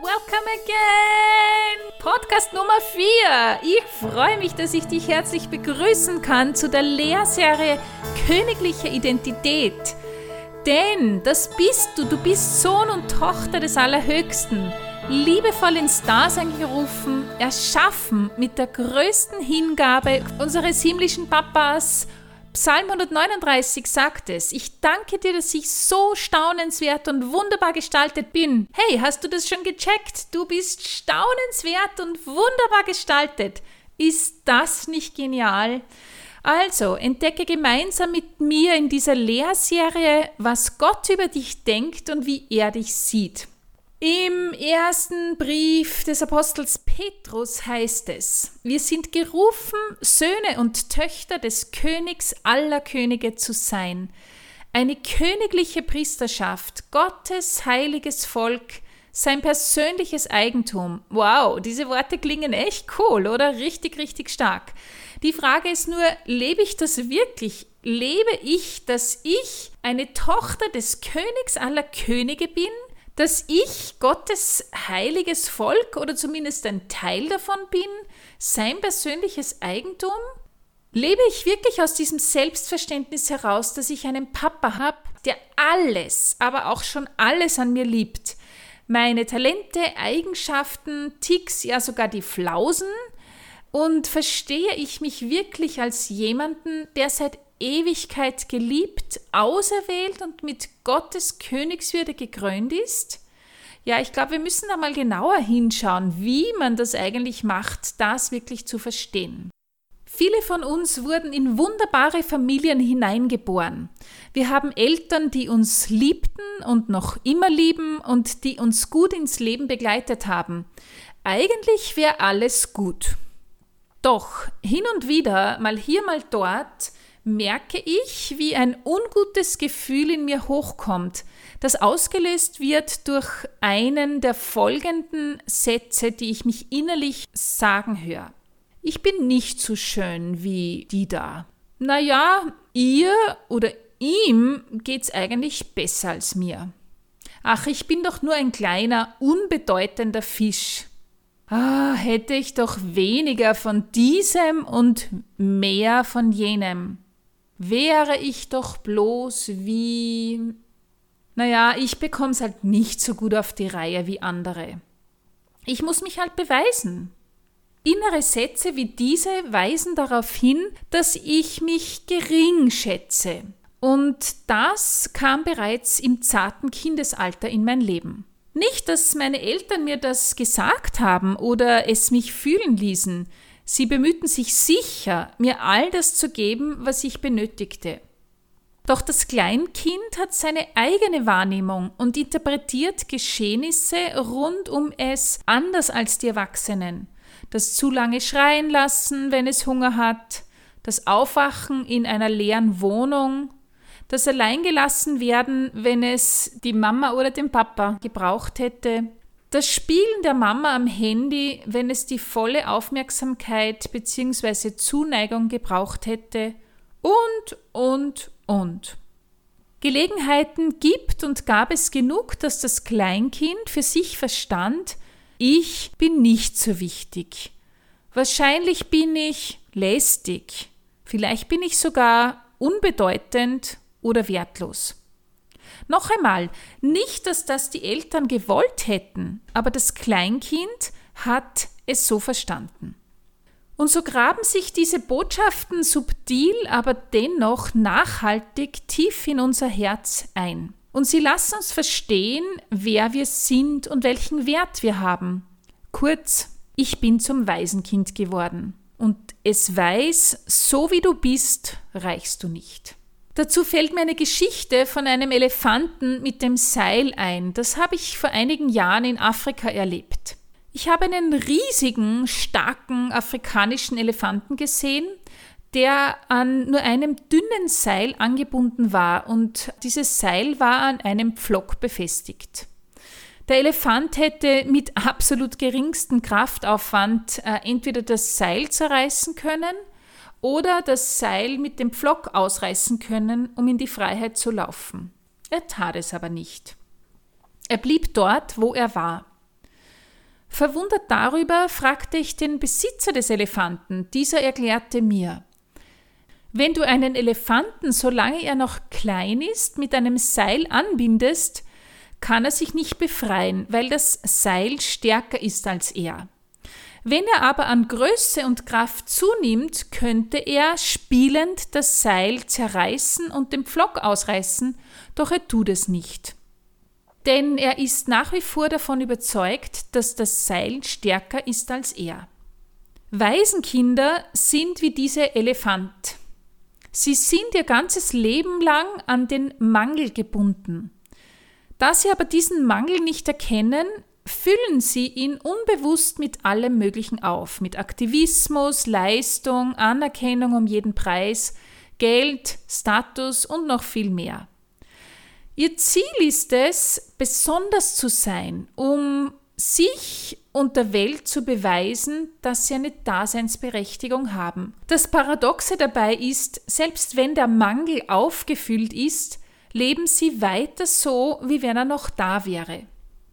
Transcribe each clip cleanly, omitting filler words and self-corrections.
Welcome again! Podcast Nummer 4. Ich freue mich, dass ich dich herzlich begrüßen kann zu der Lehrserie Königliche Identität. Denn das bist du. Du bist Sohn und Tochter des Allerhöchsten. Liebevoll ins Dasein gerufen, erschaffen mit der größten Hingabe unseres himmlischen Papas. Psalm 139 sagt es: Ich danke dir, dass ich so staunenswert und wunderbar gestaltet bin. Hey, hast du das schon gecheckt? Du bist staunenswert und wunderbar gestaltet. Ist das nicht genial? Also, entdecke gemeinsam mit mir in dieser Lehrserie, was Gott über dich denkt und wie er dich sieht. Im ersten Brief des Apostels Petrus heißt es: Wir sind gerufen, Söhne und Töchter des Königs aller Könige zu sein. Eine königliche Priesterschaft, Gottes heiliges Volk, sein persönliches Eigentum. Wow, diese Worte klingen echt cool, oder? Richtig, richtig stark. Die Frage ist nur, lebe ich das wirklich? Lebe ich, dass ich eine Tochter des Königs aller Könige bin? Dass ich Gottes heiliges Volk oder zumindest ein Teil davon bin, sein persönliches Eigentum? Lebe ich wirklich aus diesem Selbstverständnis heraus, dass ich einen Papa habe, der alles, aber auch schon alles an mir liebt? Meine Talente, Eigenschaften, Ticks, ja sogar die Flausen? Und verstehe ich mich wirklich als jemanden, der seit Ewigkeit geliebt, auserwählt und mit Gottes Königswürde gekrönt ist? Ja, ich glaube, wir müssen da mal genauer hinschauen, wie man das eigentlich macht, das wirklich zu verstehen. Viele von uns wurden in wunderbare Familien hineingeboren. Wir haben Eltern, die uns liebten und noch immer lieben und die uns gut ins Leben begleitet haben. Eigentlich wäre alles gut. Doch hin und wieder, mal hier, mal dort, merke ich, wie ein ungutes Gefühl in mir hochkommt, das ausgelöst wird durch einen der folgenden Sätze, die ich mich innerlich sagen höre. Ich bin nicht so schön wie die da. Naja, ihr oder ihm geht's eigentlich besser als mir. Ach, ich bin doch nur ein kleiner, unbedeutender Fisch. Hätte ich doch weniger von diesem und mehr von jenem. Wäre ich doch bloß wie... Naja, ich bekomme es halt nicht so gut auf die Reihe wie andere. Ich muss mich halt beweisen. Innere Sätze wie diese weisen darauf hin, dass ich mich gering schätze. Und das kam bereits im zarten Kindesalter in mein Leben. Nicht, dass meine Eltern mir das gesagt haben oder es mich fühlen ließen. Sie bemühten sich sicher, mir all das zu geben, was ich benötigte. Doch das Kleinkind hat seine eigene Wahrnehmung und interpretiert Geschehnisse rund um es anders als die Erwachsenen. Das zu lange schreien lassen, wenn es Hunger hat, das Aufwachen in einer leeren Wohnung, das Alleingelassenwerden, wenn es die Mama oder den Papa gebraucht hätte, das Spielen der Mama am Handy, wenn es die volle Aufmerksamkeit bzw. Zuneigung gebraucht hätte und. Gelegenheiten gibt und gab es genug, dass das Kleinkind für sich verstand: Ich bin nicht so wichtig. Wahrscheinlich bin ich lästig. Vielleicht bin ich sogar unbedeutend oder wertlos. Noch einmal, nicht, dass das die Eltern gewollt hätten, aber das Kleinkind hat es so verstanden. Und so graben sich diese Botschaften subtil, aber dennoch nachhaltig tief in unser Herz ein. Und sie lassen uns verstehen, wer wir sind und welchen Wert wir haben. Kurz, ich bin zum Waisenkind geworden. Und es weiß, so wie du bist, reichst du nicht. Dazu fällt mir eine Geschichte von einem Elefanten mit dem Seil ein. Das habe ich vor einigen Jahren in Afrika erlebt. Ich habe einen riesigen, starken afrikanischen Elefanten gesehen, der an nur einem dünnen Seil angebunden war, und dieses Seil war an einem Pflock befestigt. Der Elefant hätte mit absolut geringstem Kraftaufwand entweder das Seil zerreißen können oder das Seil mit dem Pflock ausreißen können, um in die Freiheit zu laufen. Er tat es aber nicht. Er blieb dort, wo er war. Verwundert darüber fragte ich den Besitzer des Elefanten. Dieser erklärte mir: Wenn du einen Elefanten, solange er noch klein ist, mit einem Seil anbindest, kann er sich nicht befreien, weil das Seil stärker ist als er. Wenn er aber an Größe und Kraft zunimmt, könnte er spielend das Seil zerreißen und den Pflock ausreißen, doch er tut es nicht. Denn er ist nach wie vor davon überzeugt, dass das Seil stärker ist als er. Waisenkinder sind wie dieser Elefant. Sie sind ihr ganzes Leben lang an den Mangel gebunden. Da sie aber diesen Mangel nicht erkennen, füllen sie ihn unbewusst mit allem Möglichen auf, mit Aktivismus, Leistung, Anerkennung um jeden Preis, Geld, Status und noch viel mehr. Ihr Ziel ist es, besonders zu sein, um sich und der Welt zu beweisen, dass sie eine Daseinsberechtigung haben. Das Paradoxe dabei ist, selbst wenn der Mangel aufgefüllt ist, leben sie weiter so, wie wenn er noch da wäre.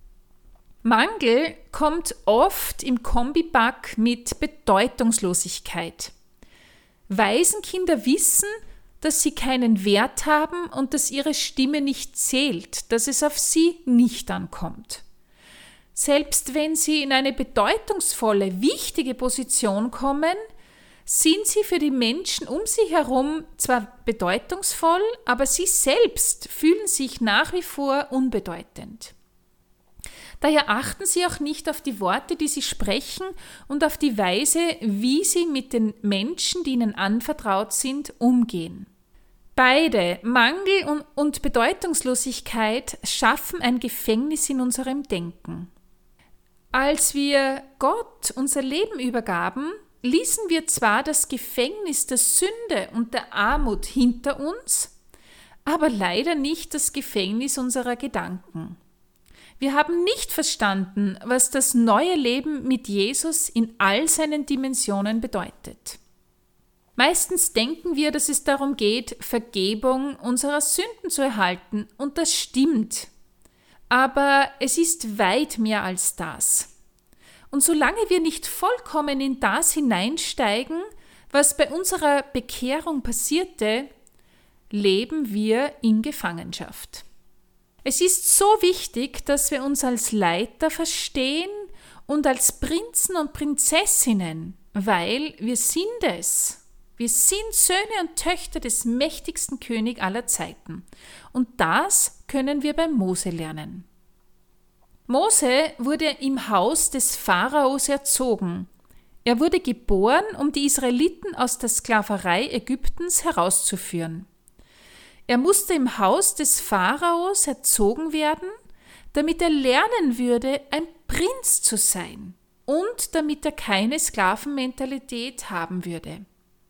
Mangel kommt oft im Kombipack mit Bedeutungslosigkeit. Waisenkinder wissen, dass sie keinen Wert haben und dass ihre Stimme nicht zählt, dass es auf sie nicht ankommt. Selbst wenn sie in eine bedeutungsvolle, wichtige Position kommen, sind sie für die Menschen um sie herum zwar bedeutungsvoll, aber sie selbst fühlen sich nach wie vor unbedeutend. Daher achten sie auch nicht auf die Worte, die sie sprechen und auf die Weise, wie sie mit den Menschen, die ihnen anvertraut sind, umgehen. Beide, Mangel und Bedeutungslosigkeit, schaffen ein Gefängnis in unserem Denken. Als wir Gott unser Leben übergaben, ließen wir zwar das Gefängnis der Sünde und der Armut hinter uns, aber leider nicht das Gefängnis unserer Gedanken. Wir haben nicht verstanden, was das neue Leben mit Jesus in all seinen Dimensionen bedeutet. Meistens denken wir, dass es darum geht, Vergebung unserer Sünden zu erhalten, und das stimmt. Aber es ist weit mehr als das. Und solange wir nicht vollkommen in das hineinsteigen, was bei unserer Bekehrung passierte, leben wir in Gefangenschaft. Es ist so wichtig, dass wir uns als Leiter verstehen und als Prinzen und Prinzessinnen, weil wir sind es. Wir sind Söhne und Töchter des mächtigsten Königs aller Zeiten. Und das können wir bei Mose lernen. Mose wurde im Haus des Pharaos erzogen. Er wurde geboren, um die Israeliten aus der Sklaverei Ägyptens herauszuführen. Er musste im Haus des Pharaos erzogen werden, damit er lernen würde, ein Prinz zu sein und damit er keine Sklavenmentalität haben würde.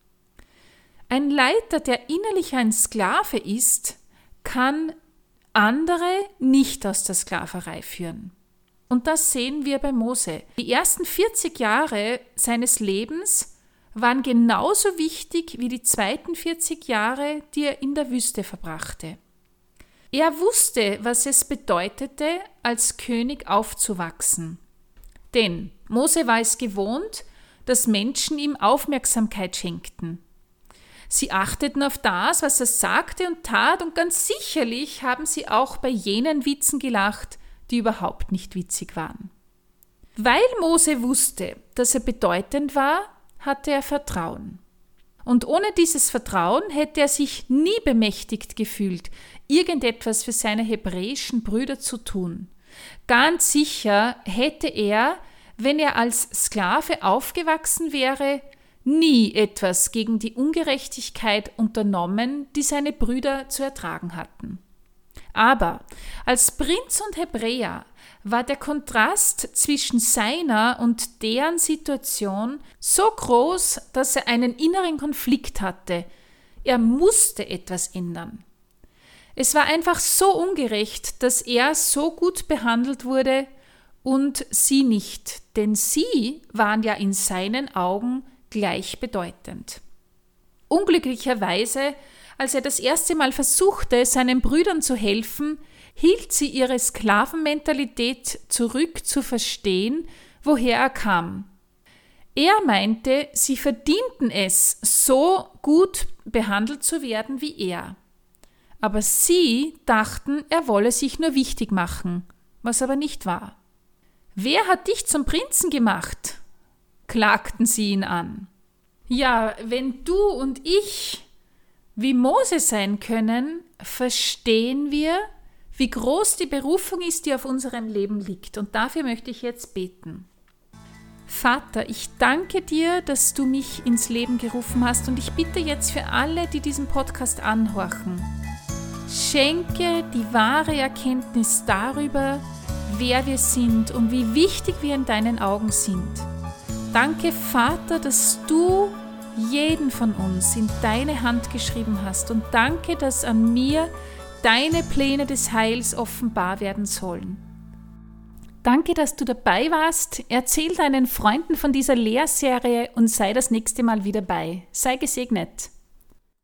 Ein Leiter, der innerlich ein Sklave ist, kann andere nicht aus der Sklaverei führen. Und das sehen wir bei Mose. Die ersten 40 Jahre seines Lebens waren genauso wichtig wie die zweiten 40 Jahre, die er in der Wüste verbrachte. Er wusste, was es bedeutete, als König aufzuwachsen. Denn Mose war es gewohnt, dass Menschen ihm Aufmerksamkeit schenkten. Sie achteten auf das, was er sagte und tat, und ganz sicherlich haben sie auch bei jenen Witzen gelacht, die überhaupt nicht witzig waren. Weil Mose wusste, dass er bedeutend war, hatte er Vertrauen. Und ohne dieses Vertrauen hätte er sich nie bemächtigt gefühlt, irgendetwas für seine hebräischen Brüder zu tun. Ganz sicher hätte er, wenn er als Sklave aufgewachsen wäre, nie etwas gegen die Ungerechtigkeit unternommen, die seine Brüder zu ertragen hatten. Aber als Prinz und Hebräer war der Kontrast zwischen seiner und deren Situation so groß, dass er einen inneren Konflikt hatte. Er musste etwas ändern. Es war einfach so ungerecht, dass er so gut behandelt wurde und sie nicht, denn sie waren ja in seinen Augen gleichbedeutend. Unglücklicherweise, als er das erste Mal versuchte, seinen Brüdern zu helfen, hielt sie ihre Sklavenmentalität zurück zu verstehen, woher er kam. Er meinte, sie verdienten es, so gut behandelt zu werden wie er. Aber sie dachten, er wolle sich nur wichtig machen, was aber nicht war. »Wer hat dich zum Prinzen gemacht?« klagten sie ihn an. Ja, wenn du und ich wie Mose sein können, verstehen wir, wie groß die Berufung ist, die auf unserem Leben liegt. Und dafür möchte ich jetzt beten. Vater, ich danke dir, dass du mich ins Leben gerufen hast und ich bitte jetzt für alle, die diesen Podcast anhorchen, schenke die wahre Erkenntnis darüber, wer wir sind und wie wichtig wir in deinen Augen sind. Danke, Vater, dass du jeden von uns in deine Hand geschrieben hast und danke, dass an mir deine Pläne des Heils offenbar werden sollen. Danke, dass du dabei warst. Erzähl deinen Freunden von dieser Lehrserie und sei das nächste Mal wieder bei. Sei gesegnet.